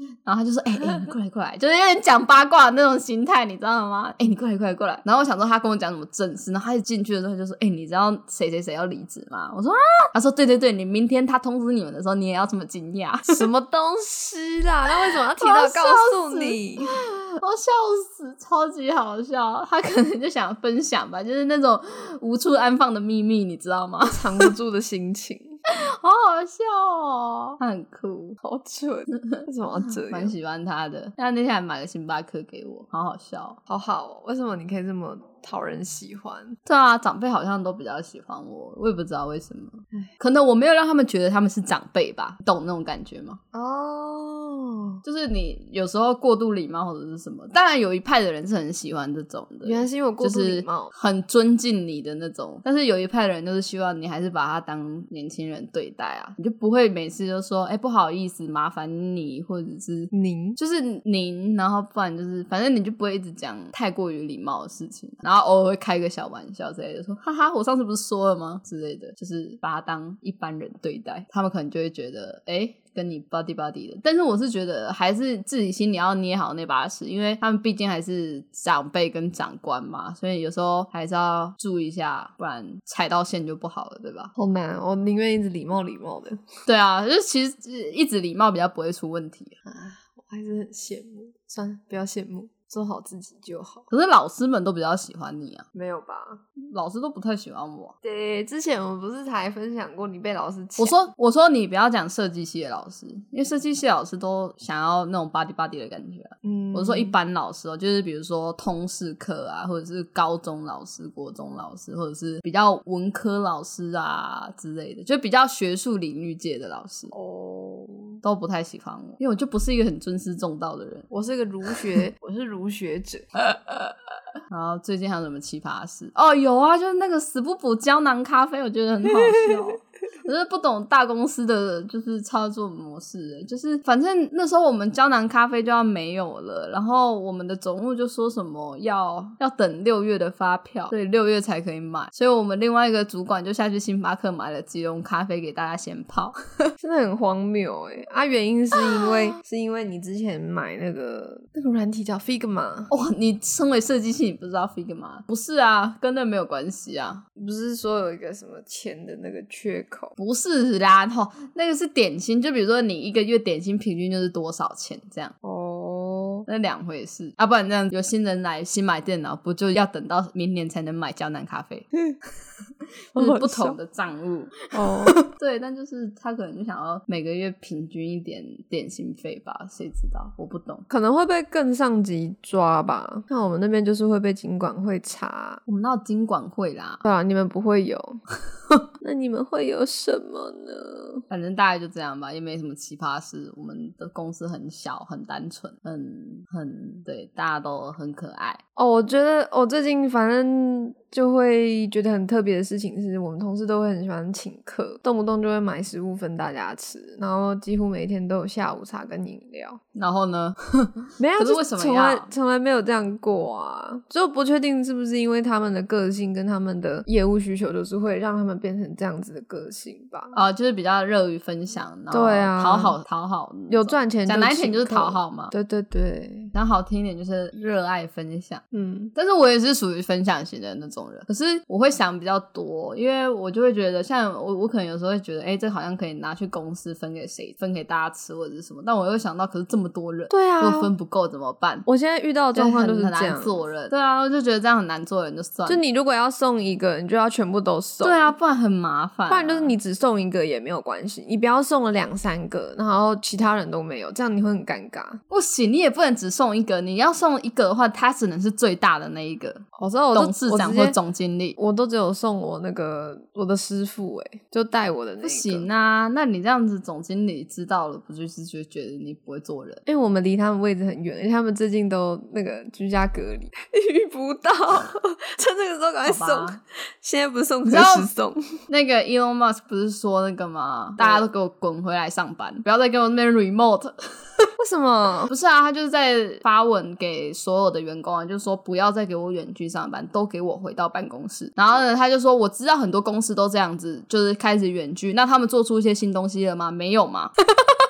S1: 然后他就说哎哎、欸欸、你过来过来，就是有点讲八卦的那种心态你知道吗？哎、欸、你过来过来过来，然后我想说他跟我讲什么正事，然后他一进去的时候就说哎、欸、你知道谁谁谁要离职吗？我说啊，他说对对对，你明天他通知你们的时候你也要这么惊讶。
S2: 什么东西啦，那为什么要提早告诉你？
S1: 我笑死，超级好笑。他可能就想分享吧，就是那种无处安放的秘密你知道吗？
S2: 藏不住的心情。
S1: 好好笑哦，他很酷，
S2: 好蠢，为什么要这样？
S1: 蛮喜欢他的。他那天还买了星巴克给我，好好笑哦，
S2: 好好哦。为什么你可以这么讨人喜欢？
S1: 对啊，长辈好像都比较喜欢我，我也不知道为什么。可能我没有让他们觉得他们是长辈吧，懂那种感觉吗？
S2: 哦，
S1: 就是你有时候过度礼貌或者是什么，当然有一派的人是很喜欢这种的，
S2: 原来是因为我过度礼貌，
S1: 就是很尊敬你的那种。但是有一派的人就是希望你还是把他当年轻人对待啊，你就不会每次就说哎、欸、不好意思麻烦你，或者是
S2: 您，
S1: 就是您，然后不然就是反正你就不会一直讲太过于礼貌的事情，然后偶尔会开个小玩笑之类的，说哈哈我上次不是说了吗之类的，就是把他当一般人对待，他们可能就会觉得哎、欸跟你 buddy buddy 的。但是我是觉得还是自己心里要捏好那把尺，因为他们毕竟还是长辈跟长官嘛，所以有时候还是要注意一下，不然踩到线就不好了，对吧？
S2: 好难，我宁愿一直礼貌礼貌的。
S1: 对啊，就是其实一直礼貌比较不会出问题
S2: 啊，我还是很羡慕，算了不要羡慕，做好自己就好。
S1: 可是老师们都比较喜欢你啊。
S2: 没有吧，
S1: 老师都不太喜欢我。
S2: 对，之前我们不是才分享过你被老师抢，
S1: 我说我说你不要讲设计系的老师，因为设计系的老师都想要那种 buddy buddy 的感觉啊。嗯，我是说一般老师哦，就是比如说通识课啊，或者是高中老师、国中老师，或者是比较文科老师啊之类的，就比较学术领域界的老师
S2: 哦，
S1: 都不太喜欢我，因为我就不是一个很尊师重道的人。
S2: 我是个儒学我是儒学者。
S1: 然后最近还有什么奇葩事？哦，有啊，就是那个死不补胶囊咖啡，我觉得很好笑。我是不懂大公司的就是操作模式，欸，就是反正那时候我们胶囊咖啡就要没有了，然后我们的总务就说什么要要等六月的发票，所以六月才可以买，所以我们另外一个主管就下去星巴克买了即溶咖啡给大家先泡。
S2: 真的很荒谬哎！啊，原因是因为是因为你之前买那个那个软体叫 Figma。
S1: 哇，你身为设计系你不知道 Figma？ 不是啊，跟那没有关系啊。
S2: 不是说有一个什么钱的那个缺口？
S1: 不是啦，吼，那个是点薪，就比如说你一个月点薪平均就是多少钱这样。
S2: 哦，
S1: 那两回事啊，不然这样有新人来新买电脑，不就要等到明年才能买胶囊咖啡？就是不同的账务
S2: 哦。
S1: 对，但就是他可能就想要每个月平均一点点薪费吧，谁知道，我不懂，
S2: 可能会被更上级抓吧。那我们那边就是会被金管会查。
S1: 我们哪有金管会啦？
S2: 对啊，你们不会有。那你们会有什么呢？
S1: 反正大概就这样吧，也没什么奇葩事。我们的公司很小，很单纯，很很对，大家都很可爱。
S2: 哦，我觉得我最近反正就会觉得很特别的事情是，我们同事都会很喜欢请客，动不动就会买食物分大家吃，然后几乎每天都有下午茶跟饮料。
S1: 然后呢？
S2: 没有，
S1: 可是为什么
S2: 从来
S1: 要？
S2: 从来没有这样过啊！就不确定是不是因为他们的个性跟他们的业务需求，就是会让他们变成这样子的个性吧。
S1: 啊、呃，就是比较乐于分享，然后
S2: 对啊，
S1: 讨好讨好，
S2: 有赚钱
S1: 讲难听点就是讨好嘛。
S2: 对对对，
S1: 讲好听一点就是热爱分享。
S2: 嗯，
S1: 但是我也是属于分享型的那种人，可是我会想比较多，因为我就会觉得，像我我可能有时候会觉得，哎、欸，这好像可以拿去公司分给谁，分给大家吃或者是什么，但我又想到，可是这么多人，
S2: 对啊，
S1: 如果分不够怎么办？
S2: 我现在遇到的状况就是这样，
S1: 很难做人。对啊，我就觉得这样很难做人，就算了。
S2: 就你如果要送一个，你就要全部都送。
S1: 对啊，不然很麻烦、啊。
S2: 不然就是你只送一个也没有关系，你不要送了两三个，然后其他人都没有，这样你会很尴尬。
S1: 不行，你也不能只送一个，你要送一个的话，他只能是最大的那一个。
S2: 我知道，我
S1: 董事长或总经理，
S2: 我都只有送我那个我的师傅，哎，就带我的那个。
S1: 不行啊，那你这样子总经理知道了，不就是就觉得你不会做人？
S2: 因为我们离他们位置很远，而且他们最近都那个居家隔离，遇不到，趁这个时候赶快送。现在不是送，可是送。
S1: 那个 Elon Musk 不是说那个吗？大家都给我滚回来上班，不要再给我那边 remote。
S2: 为什么？
S1: 不是啊，他就是在发文给所有的员工啊，就是说不要再给我远距上班，都给我回到办公室。然后呢，他就说我知道很多公司都这样子，就是开始远距，那他们做出一些新东西了吗？没有吗？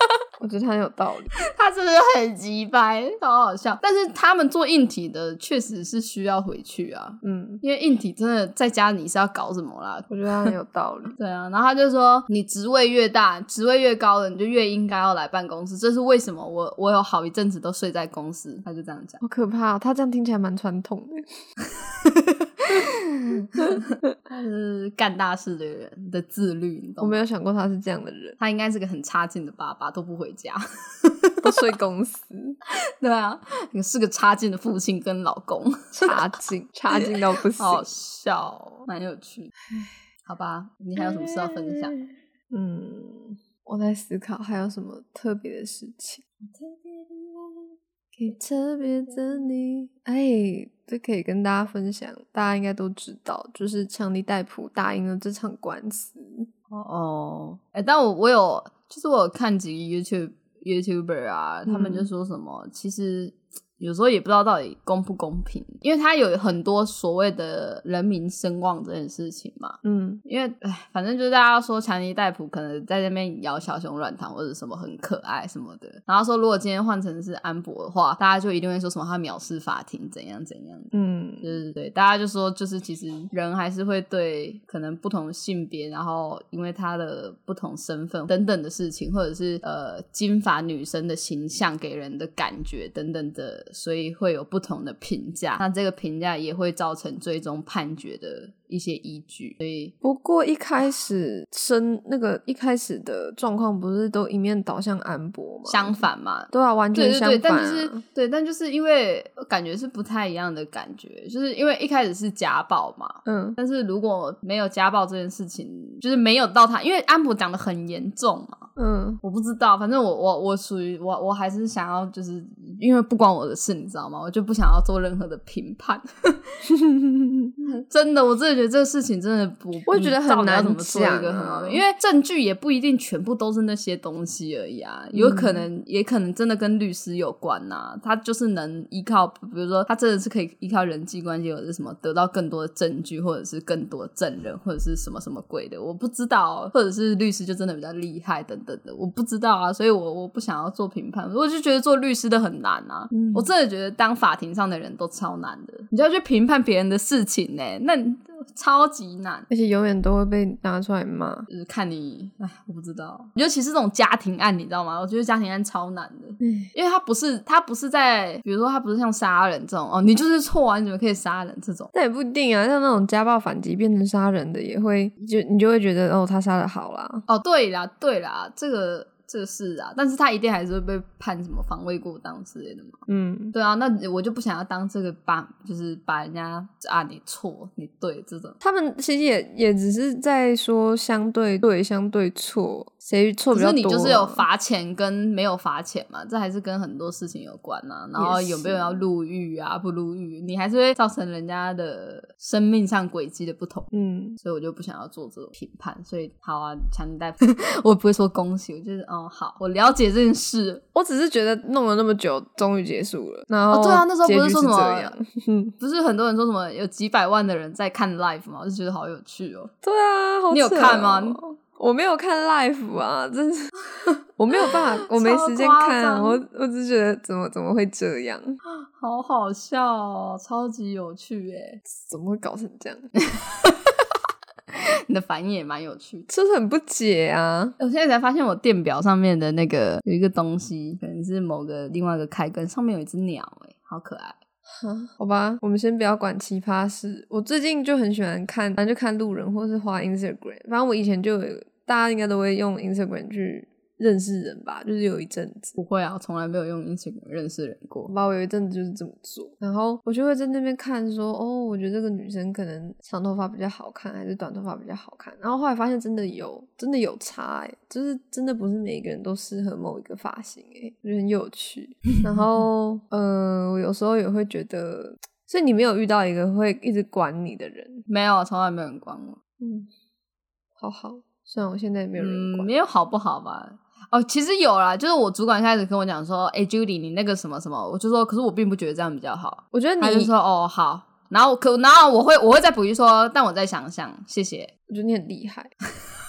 S2: 我觉得他很有道理，
S1: 他真的很鸡掰，超好笑。但是他们做硬体的确实是需要回去啊，
S2: 嗯，
S1: 因为硬体真的在家你是要搞什么啦？
S2: 我觉得他很有道理。
S1: 对啊，然后他就说，你职位越大，职位越高的，你就越应该要来办公室。这是为什么我我有好一阵子都睡在公司。他就这样讲，
S2: 好可怕、哦，他这样听起来蛮传统的。
S1: 他是干大事的人的自律，你懂吗？
S2: 我没有想过他是这样的人，
S1: 他应该是个很差劲的爸爸，都不回家，
S2: 都睡公司。
S1: 对啊，是个差劲的父亲跟老公，
S2: 差劲，差劲到不行，
S1: 好笑哦，蛮有趣。好吧，你还有什么事要分享？
S2: 嗯，我在思考还有什么特别的事情。给特别的你，哎，这可以跟大家分享，大家应该都知道，就是强尼戴普打赢了这场官司。
S1: 哦，哎、欸，但我我有，就是我有看几个 YouTube YouTuber 啊，他们就说什么，嗯、其实有时候也不知道到底公不公平，因为他有很多所谓的人民声望这件事情嘛。嗯，因为哎，反正就是大家说强尼戴普可能在那边摇小熊软糖或者什么很可爱什么的，然后说如果今天换成是安博的话，大家就一定会说什么他藐视法庭怎样怎样。嗯，就是对，大家就说就是其实人还是会对可能不同性别，然后因为他的不同身份等等的事情，或者是呃金发女生的形象给人的感觉等等的，所以会有不同的评价，那这个评价也会造成最终判决的一些依据。所以
S2: 不过一开始生那个一开始的状况不是都一面倒向安博吗？
S1: 相反嘛，
S2: 对啊，完全相反、啊、
S1: 对对对，但就是对，但就是因为感觉是不太一样的感觉，就是因为一开始是家暴嘛，嗯，但是如果没有家暴这件事情，就是没有到他，因为安博讲的很严重嘛，嗯，我不知道，反正我我我属于我我还是想要，就是因为不关我的事，你知道吗？我就不想要做任何的评判。真的，我真的觉得这个事情真的不，
S2: 我也觉得很难
S1: 怎么做一个很好的，因为证据也不一定全部都是那些东西而已啊，有可能、嗯、也可能真的跟律师有关啊，他就是能依靠，比如说他真的是可以依靠人际关系或者是什么得到更多的证据，或者是更多的证人，或者是什么什么鬼的，我不知道，或者是律师就真的比较厉害等等的，我不知道啊，所以我我不想要做评判，我就觉得做律师的很难啊、嗯、我真的觉得当法庭上的人都超难的，你就要去评判别人的事情呢、欸，那超级难，
S2: 而且永远都会被拿出来骂，
S1: 就是看你，哎，我不知道，尤其是这种家庭案，你知道吗？我觉得家庭案超难的，嗯，因为他不是他不是在，比如说他不是像杀人这种哦，你就是错啊，你怎么可以杀人这种？
S2: 但也不一定啊，像那种家暴反击变成杀人的，也会就你就会觉得哦，他杀得好啦，
S1: 哦，对啦，对啦，这个。这个是啊，但是他一定还是会被判什么防卫过当之类的嘛。嗯，对啊，那我就不想要当这个把，就是把人家啊你错你对这种。
S2: 他们其实也也只是在说相对对相对错，谁错比较多、啊。可
S1: 是你就是有罚钱跟没有罚钱嘛，这还是跟很多事情有关啊。然后有没有要入狱啊，不入狱，你还是会造成人家的生命上轨迹的不同。嗯，所以我就不想要做这种评判。所以好啊，强尼戴普，我不会说恭喜，我就是哦。好，我了解这件事。
S2: 我只是觉得弄了那么久，终于结束了。然后、
S1: 哦，对啊，那时候不是说什
S2: 么，
S1: 不是很多人说什么有几百万的人在看 live 嘛，我就觉得好有趣哦。
S2: 对啊，好扯哦，
S1: 你有看吗？
S2: 我没有看 live 啊，真是我没有办法，我没时间看。我我只是觉得怎么怎么会这样，
S1: 好好笑哦，超级有趣耶！
S2: 怎么会搞成这样？
S1: 你的反应也蛮有趣的，
S2: 就是很不解啊！
S1: 我现在才发现我电表上面的那个有一个东西，可能是某个另外一个开关，上面有一只鸟，哎，好可爱。
S2: 好吧，我们先不要管奇葩事。我最近就很喜欢看，反正就看路人或是滑 Instagram。反正我以前就有，大家应该都会用 Instagram 去认识人吧，就是有一阵子。
S1: 不会啊，我从来没有用 Instagram 认识人过。
S2: 吧，我有一阵子就是这么做，然后我就会在那边看说，哦，我觉得这个女生可能长头发比较好看，还是短头发比较好看。然后后来发现真的有，真的有差欸，就是真的不是每一个人都适合某一个发型欸，我觉得很有趣。然后，呃，我有时候也会觉得，所以你没有遇到一个会一直管你的人？
S1: 没有，从来没有人管我。
S2: 嗯，好好，虽然我现在也没有人管，
S1: 嗯，没有好不好吧？哦，其实有啦，就是我主管开始跟我讲说，哎、欸、，Judy， 你那个什么什么，我就说，可是我并不觉得这样比较好。
S2: 我觉得你
S1: 他就说，哦，好，然后可然后我会我会再补一说，但我再想想，谢谢。
S2: 我觉得你很厉害，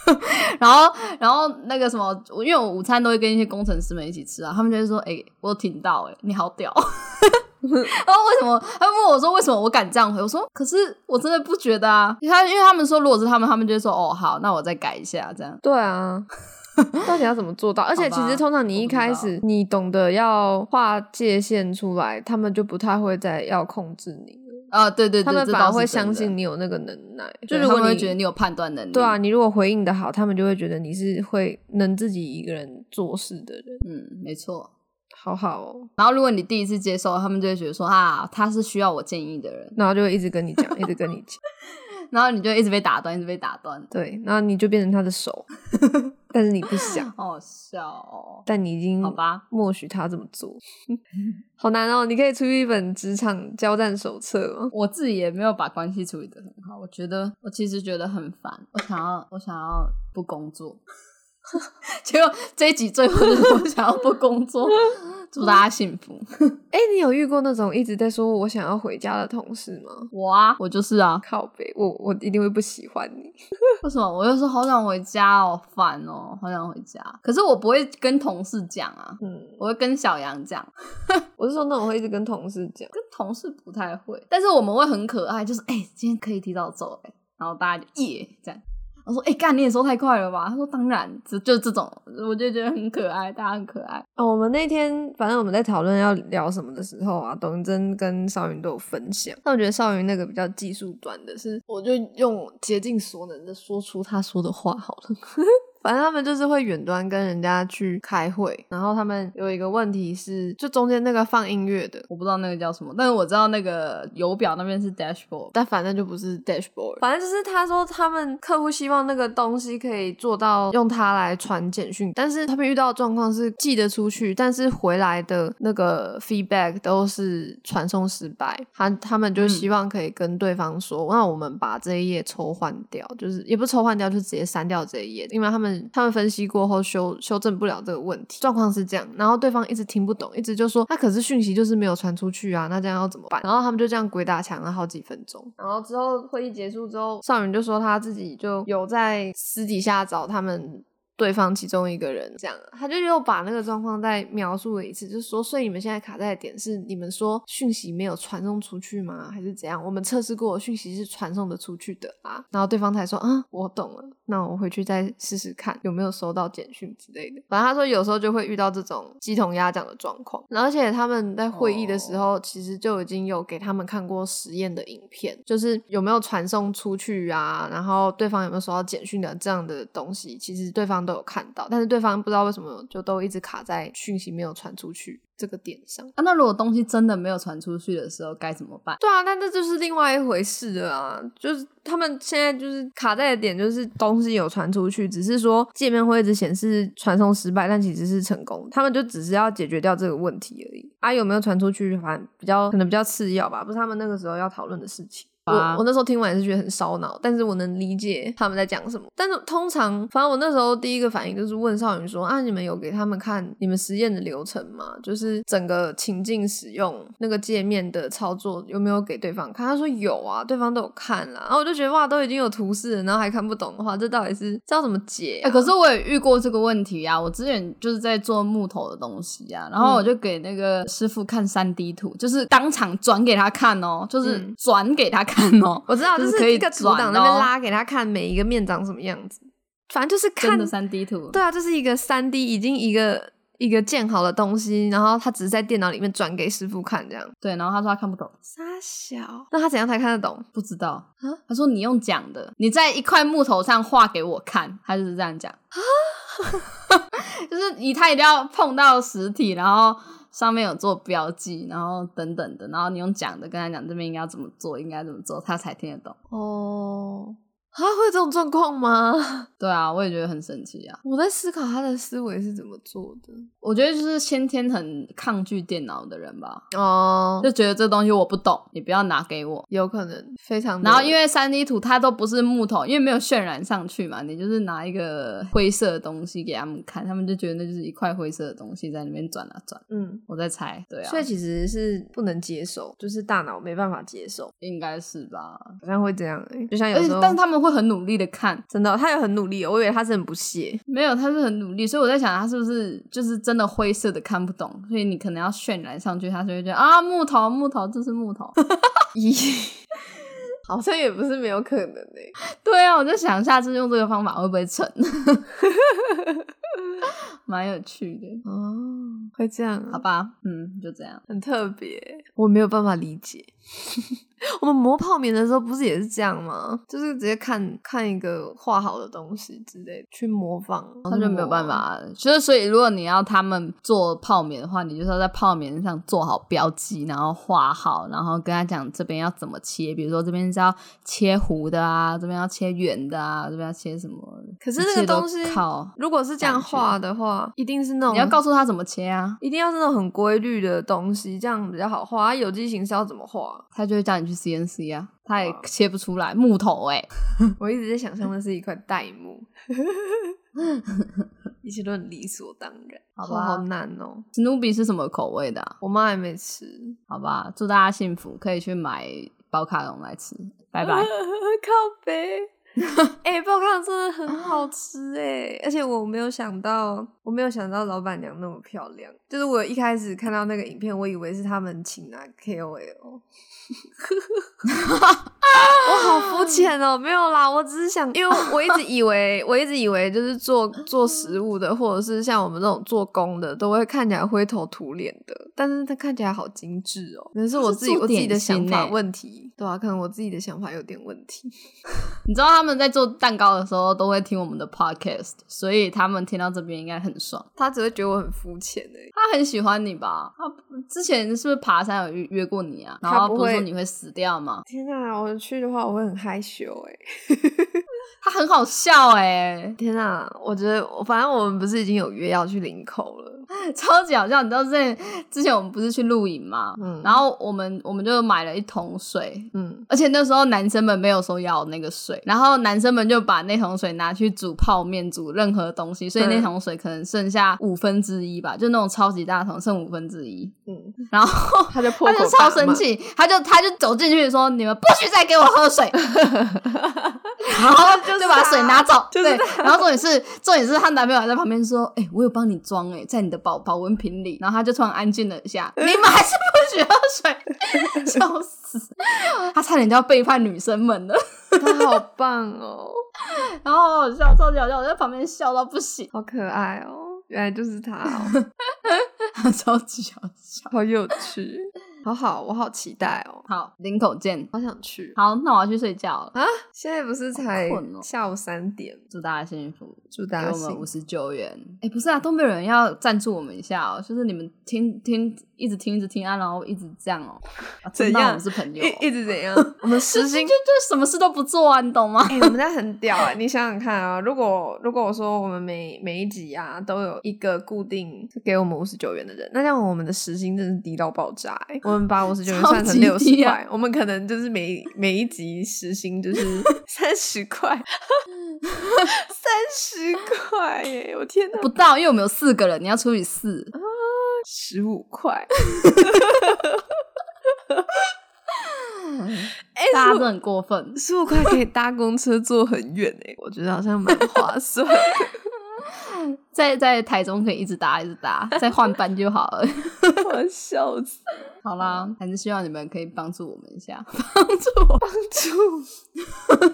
S1: 然后然后那个什么，因为我午餐都会跟一些工程师们一起吃啊，他们就会说哎、欸，我有听到哎、欸，你好屌。然后为什么他们问我说为什么我敢这样回，我说可是我真的不觉得啊，因为他因为他们说如果是他们他们就会说哦好，那我再改一下这样。
S2: 对啊，到底要怎么做到？而且其实通常你一开始你懂得要划界限出来，他们就不太会再要控制你了
S1: 啊、对对对，
S2: 他们反而会相
S1: 这倒是真的
S2: 信你有那个能耐，就如果你
S1: 他们会觉得你有判断能力。
S2: 对啊，你如果回应的好，他们就会觉得你是会能自己一个人做事的人。
S1: 嗯，没错。
S2: 好好哦，
S1: 然后如果你第一次接受，他们就会觉得说啊，他是需要我建议的人，
S2: 然后就会一直跟你讲，一直跟你讲，
S1: 然后你就一直被打断，一直被打断。
S2: 对，然后你就变成他的手，但是你不想，
S1: 好好笑哦。
S2: 但你已经
S1: 好吧，
S2: 默许他这么做，好难哦。你可以出一本职场交战手册吗？
S1: 我自己也没有把关系处理得很好，我觉得我其实觉得很烦，我想要我想要不工作。结果这一集最后就是我想要不工作，祝大家幸福。
S2: 哎、欸，你有遇过那种一直在说我想要回家的同事吗？
S1: 我啊，我就是啊，
S2: 靠北，我我一定会不喜欢你。
S1: 为什么？我就说好想回家哦，烦哦，好想回家。可是我不会跟同事讲啊，嗯，我会跟小杨讲。
S2: 我是说那种会一直跟同事讲，
S1: 跟同事不太会，但是我们会很可爱，就是哎、欸，今天可以提早走哎、欸，然后大家就耶这样。我说哎，干、欸、你也收太快了吧？他说当然，就就这种，我就觉得很可爱，大家很可爱。
S2: 哦，我们那天反正我们在讨论要聊什么的时候啊，董真跟少云都有分享。但我觉得少云那个比较技术短的是，我就用竭尽所能的说出他说的话好了。反正他们就是会远端跟人家去开会，然后他们有一个问题是，就中间那个放音乐的，
S1: 我不知道那个叫什么，但是我知道那个油表那边是 dashboard，
S2: 但反正就不是 dashboard。反正就是他说他们客户希望那个东西可以做到用它来传简讯，但是他们遇到的状况是寄得出去，但是回来的那个 feedback 都是传送失败。他他们就希望可以跟对方说，嗯、那我们把这一页抽换掉，就是也不是抽换掉，就直接删掉这一页，因为他们。他们分析过后修修正不了这个问题，状况是这样，然后对方一直听不懂，一直就说他可是讯息就是没有传出去啊，那这样要怎么办？然后他们就这样鬼打墙了好几分钟，然后之后会议结束之后，少云就说他自己就有在私底下找他们对方其中一个人，这样他就又把那个状况再描述了一次，就是说所以你们现在卡在的点是你们说讯息没有传送出去吗？还是怎样？我们测试过讯息是传送的出去的啊。然后对方才说啊，我懂了，那我回去再试试看有没有收到简讯之类的。反正他说有时候就会遇到这种鸡同鸭讲的状况，而且他们在会议的时候、oh. 其实就已经有给他们看过实验的影片，就是有没有传送出去啊，然后对方有没有收到简讯的这样的东西，其实对方都有看到，但是对方不知道为什么就都一直卡在讯息没有传出去这个点上
S1: 啊。那如果东西真的没有传出去的时候该怎么办？
S2: 对啊，但这就是另外一回事了啊，就是他们现在就是卡在的点就是东西有传出去，只是说界面会一直显示传送失败，但其实是成功，他们就只是要解决掉这个问题而已啊。有没有传出去反正比较可能比较次要吧，不是他们那个时候要讨论的事情。我我那时候听完也是觉得很烧脑，但是我能理解他们在讲什么。但是通常反正我那时候第一个反应就是问少云说啊，你们有给他们看你们实验的流程吗？就是整个情境使用那个界面的操作有没有给对方看？他说有啊，对方都有看啦。然后我就觉得哇，都已经有图示了，然后还看不懂的话，这到底是这要怎么解啊？
S1: 欸，可是我也遇过这个问题啊，我之前就是在做木头的东西啊，然后我就给那个师傅看 三 D 图，就是当场转给他看哦，就是转给他看哦，
S2: 我知道，
S1: 就
S2: 是一个图档那边拉给他看每一个面长什么样子，反正就是看
S1: 真的 三 D 图。
S2: 对啊，就是一个 三 D 已经一个一个建好的东西，然后他只是在电脑里面转给师傅看这样。
S1: 对，然后他说他看不懂。
S2: 傻小，那他怎样才看得懂？
S1: 不知道啊。他说你用讲的，你在一块木头上画给我看，他就是这样讲啊。就是你他一定要碰到实体，然后上面有做标记，然后等等的，然后你用讲的跟他讲这边应该要怎么做，应该怎么做，他才听得懂。
S2: 哦，他会有这种状况吗？
S1: 对啊，我也觉得很神奇啊。
S2: 我在思考他的思维是怎么做的。
S1: 我觉得就是先天很抗拒电脑的人吧。
S2: 哦，
S1: 就觉得这东西我不懂，你不要拿给我。
S2: 有可能，非常的。
S1: 然后因为 三 D 图它都不是木头，因为没有渲染上去嘛，你就是拿一个灰色的东西给他们看，他们就觉得那就是一块灰色的东西在那边转啊转。嗯，我在猜。对啊，
S2: 所以其实是不能接受，就是大脑没办法接受。
S1: 应该是吧，
S2: 好像会这样、欸、就像有时候，
S1: 但他们会很努力的看。
S2: 真的，他有很努力，我以为他是很不屑。
S1: 没有，他是很努力，所以我在想他是不是就是真的灰色的看不懂，所以你可能要渲染上去，他就会觉得啊木头木头，这是木头。
S2: 咦，好像也不是没有可能诶。
S1: 对啊，我就想下次用这个方法会不会成。蛮有趣的
S2: 哦，会这样、啊？
S1: 好吧，嗯，就这样，
S2: 很特别，我没有办法理解。我们磨泡棉的时候不是也是这样吗？就是直接看看一个画好的东西之类去模仿，
S1: 他就没有办法。就是所以如果你要他们做泡棉的话，你就是要在泡棉上做好标记，然后画好，然后跟他讲这边要怎么切，比如说这边是要切弧的啊，这边要切圆的啊，这边要切什么。
S2: 可是那个东西
S1: 靠，
S2: 如果是这样画的话，一定是那种
S1: 你要告诉他怎么切啊，
S2: 一定要是那种很规律的东西，这样比较好画。有机形是要怎么画？
S1: 他就会叫你去 C N C 啊，他也切不出来木头欸。
S2: 我一直在想象的是一块玳瑁。一切都很理所当然，
S1: 好吧，
S2: 好难哦。
S1: 史努比是什么口味的啊？
S2: 我妈还没吃。
S1: 好吧，祝大家幸福，可以去买宝卡龙来吃。拜拜。
S2: 靠北。哎、欸，宝卡龙真的很好吃哎，而且我没有想到，我没有想到老板娘那么漂亮。就是我一开始看到那个影片，我以为是他们请来 K O L。我好肤浅哦，没有啦，我只是想，因为我一直以为，我一直以为就是做做食物的，或者是像我们这种做工的，都会看起来灰头土脸的，但是它看起来好精致哦。可能是我自己我自己的想法问题，对啊，可能我自己的想法有点问题。
S1: 你知道他们在做蛋糕的时候都会听我们的 podcast， 所以他们听到这边应该很爽。
S2: 他只会觉得我很肤浅而已。
S1: 他很喜欢你吧？他之前是不是爬山有约过你啊？然后不是说你会死掉吗？
S2: 天哪，我去的话我会很害羞哎。
S1: 他很好笑哎！
S2: 天哪，我觉得反正我们不是已经有约要去林口了。
S1: 超级好笑，你知道之前之前我们不是去露营嘛，嗯，然后我们我们就买了一桶水，嗯，而且那时候男生们没有说要那个水，然后男生们就把那桶水拿去煮泡面，煮任何东西，所以那桶水可能剩下五分之一吧，就那种超级大桶剩五分之一，嗯，然后
S2: 他就破口大骂，
S1: 他就超生气，他就他就走进去说：“你们不许再给我喝水！”然后就把水拿走，对，然后重点是重点是她男朋友还在旁边说：“哎、欸，我有帮你装哎、欸，在你的保保温瓶里。”然后他就突然安静了一下，你们还是不许喝水，笑死！他差点就要背叛女生们了。
S2: 他好棒哦，
S1: 然后好好笑，超级好笑，我在旁边笑到不行，
S2: 好可爱哦，原来就是他哦，
S1: 超级好笑，
S2: 好有趣。好好，我好期待哦！
S1: 好，林口见，
S2: 好想去。
S1: 好，那我要去睡觉了
S2: 啊！现在不是才下午三点？
S1: 祝大家幸福，
S2: 祝大家
S1: 给我们五十九元。哎、欸，不是啊，都没有人要赞助我们一下哦，就是你们听听，一直听一直听啊，然后一直这样哦。啊、
S2: 怎样？
S1: 我们是朋友，
S2: 一一直怎样？我们时薪
S1: 就就什么事都不做啊，你懂吗？
S2: 哎、欸，我们家很屌哎、欸！你想想看啊，如果如果我说我们每每一集啊都有一个固定给我们五十九元的人，那这样我们的时薪真是低到爆炸哎、欸！我们把五十九元算成六十块，我们可能就是每每一集时薪就是三十块，三十块耶！我天哪，
S1: 不到，因为我们有四个人，你要除以四
S2: 啊，十五块。
S1: 欸、大家真的很过分，
S2: 十五块可以搭公车坐很远哎，我觉得好像蛮划算的。
S1: 在在台中可以一直搭一直搭，再换班就好了。
S2: 我笑死！
S1: 好啦，还是希望你们可以帮助我们一下，帮助我，
S2: 帮助。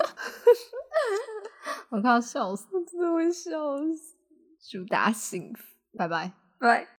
S1: 我看到笑死，
S2: 我真的会笑死。祝大家幸福，
S1: 拜拜，
S2: 拜。